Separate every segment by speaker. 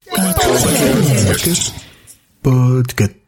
Speaker 1: Podcast.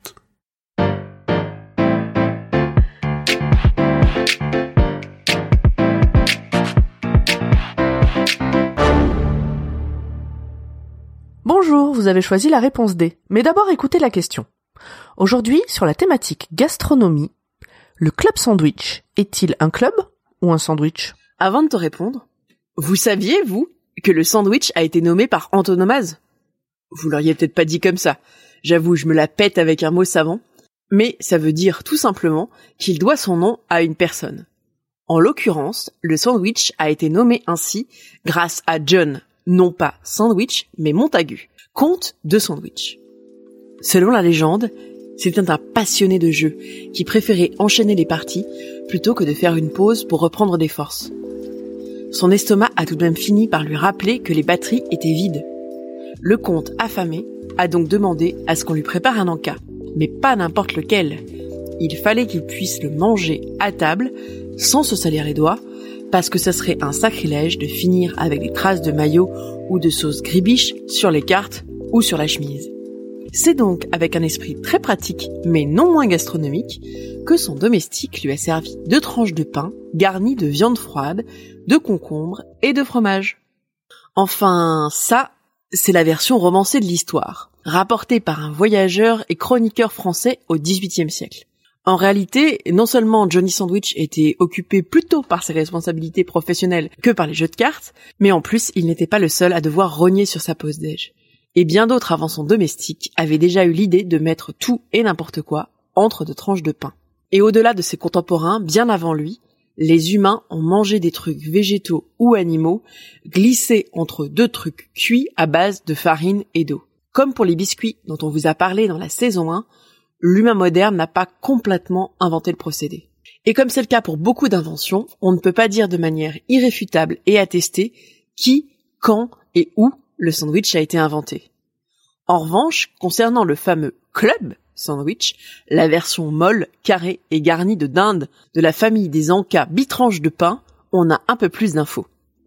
Speaker 2: Bonjour, vous avez choisi la réponse D. Mais d'abord écoutez la question. Aujourd'hui, sur la thématique gastronomie, le club sandwich est-il un club ou un sandwich ?
Speaker 3: Avant de te répondre, vous saviez, vous, que le sandwich a été nommé par antonomase ? Vous l'auriez peut-être pas dit comme ça. J'avoue, je me la pète avec un mot savant. Mais ça veut dire tout simplement qu'il doit son nom à une personne. En l'occurrence, le sandwich a été nommé ainsi grâce à John, non pas Sandwich, mais Montagu, comte de Sandwich. Selon la légende, c'était un passionné de jeu qui préférait enchaîner les parties plutôt que de faire une pause pour reprendre des forces. Son estomac a tout de même fini par lui rappeler que les batteries étaient vides. Le comte, affamé, a donc demandé à ce qu'on lui prépare un encas, mais pas n'importe lequel. Il fallait qu'il puisse le manger à table, sans se salir les doigts, parce que ça serait un sacrilège de finir avec des traces de mayo ou de sauce gribiche sur les cartes ou sur la chemise. C'est donc avec un esprit très pratique, mais non moins gastronomique, que son domestique lui a servi 2 tranches de pain garnies de viande froide, de concombres et de fromage. Enfin, ça, c'est la version romancée de l'histoire, rapportée par un voyageur et chroniqueur français au XVIIIe siècle. En réalité, non seulement Johnny Sandwich était occupé plutôt par ses responsabilités professionnelles que par les jeux de cartes, mais en plus, il n'était pas le seul à devoir rogner sur sa pause déj. Et bien d'autres avant son domestique avaient déjà eu l'idée de mettre tout et n'importe quoi entre 2 tranches de pain. Et au-delà de ses contemporains, bien avant lui, les humains ont mangé des trucs végétaux ou animaux glissés entre 2 trucs cuits à base de farine et d'eau. Comme pour les biscuits dont on vous a parlé dans la saison 1, l'humain moderne n'a pas complètement inventé le procédé. Et comme c'est le cas pour beaucoup d'inventions, on ne peut pas dire de manière irréfutable et attestée qui, quand et où le sandwich a été inventé. En revanche, concernant le fameux club sandwich, la version molle, carrée et garnie de dinde de la famille des encas bitranches de pain, on a un peu plus d'infos.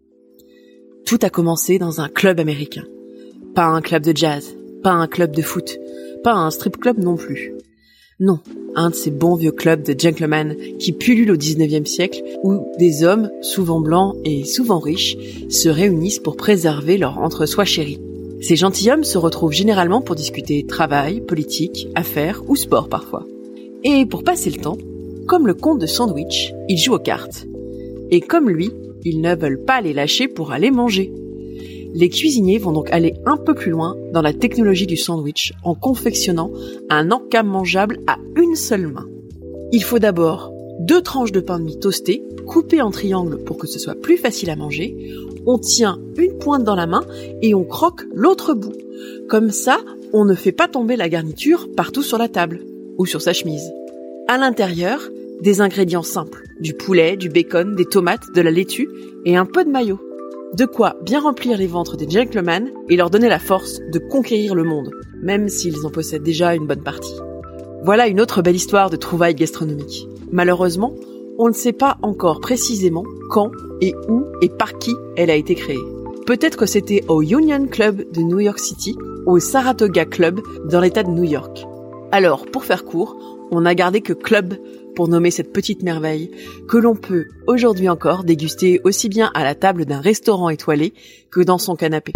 Speaker 3: Tout a commencé dans un club américain. Pas un club de jazz, pas un club de foot, pas un strip club non plus. Non, un de ces bons vieux clubs de gentlemen qui pullulent au XIXe siècle où des hommes, souvent blancs et souvent riches, se réunissent pour préserver leur entre-soi chéri. Ces gentilshommes se retrouvent généralement pour discuter travail, politique, affaires ou sport parfois. Et pour passer le temps, comme le comte de Sandwich, ils jouent aux cartes. Et comme lui, ils ne veulent pas les lâcher pour aller manger. Les cuisiniers vont donc aller un peu plus loin dans la technologie du sandwich en confectionnant un encas mangeable à une seule main. Il faut d'abord 2 tranches de pain de mie toasté, coupées en triangles pour que ce soit plus facile à manger. On tient une pointe dans la main et on croque l'autre bout. Comme ça, on ne fait pas tomber la garniture partout sur la table ou sur sa chemise. À l'intérieur, des ingrédients simples, du poulet, du bacon, des tomates, de la laitue et un peu de mayo. De quoi bien remplir les ventres des gentlemen et leur donner la force de conquérir le monde, même s'ils en possèdent déjà une bonne partie. Voilà une autre belle histoire de trouvailles gastronomiques. Malheureusement, on ne sait pas encore précisément quand et où et par qui elle a été créée. Peut-être que c'était au Union Club de New York City ou au Saratoga Club dans l'état de New York. Alors, pour faire court, on n'a gardé que club pour nommer cette petite merveille que l'on peut aujourd'hui encore déguster aussi bien à la table d'un restaurant étoilé que dans son canapé.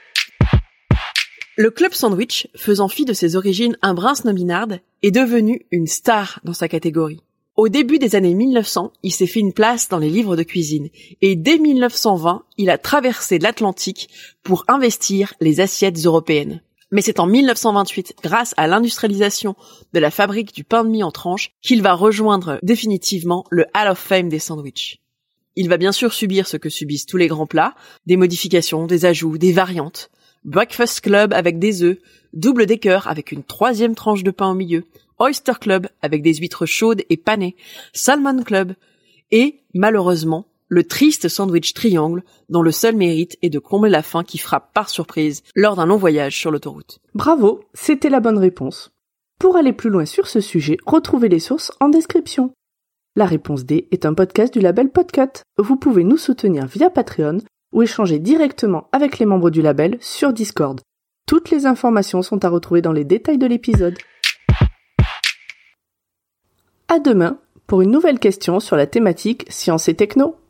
Speaker 3: Le club sandwich, faisant fi de ses origines un brin snobinardes, est devenu une star dans sa catégorie. Au début des années 1900, il s'est fait une place dans les livres de cuisine et dès 1920, il a traversé l'Atlantique pour investir les assiettes européennes. Mais c'est en 1928, grâce à l'industrialisation de la fabrique du pain de mie en tranches, qu'il va rejoindre définitivement le Hall of Fame des sandwichs. Il va bien sûr subir ce que subissent tous les grands plats, des modifications, des ajouts, des variantes. Breakfast Club avec des œufs, Double Decker avec une 3e tranche de pain au milieu, Oyster Club avec des huîtres chaudes et panées, Salmon Club et, malheureusement, le triste sandwich triangle dont le seul mérite est de combler la faim qui frappe par surprise lors d'un long voyage sur l'autoroute.
Speaker 2: Bravo, c'était la bonne réponse. Pour aller plus loin sur ce sujet, retrouvez les sources en description. La réponse D est un podcast du label Podcut. Vous pouvez nous soutenir via Patreon ou échanger directement avec les membres du label sur Discord. Toutes les informations sont à retrouver dans les détails de l'épisode. À demain pour une nouvelle question sur la thématique science et techno.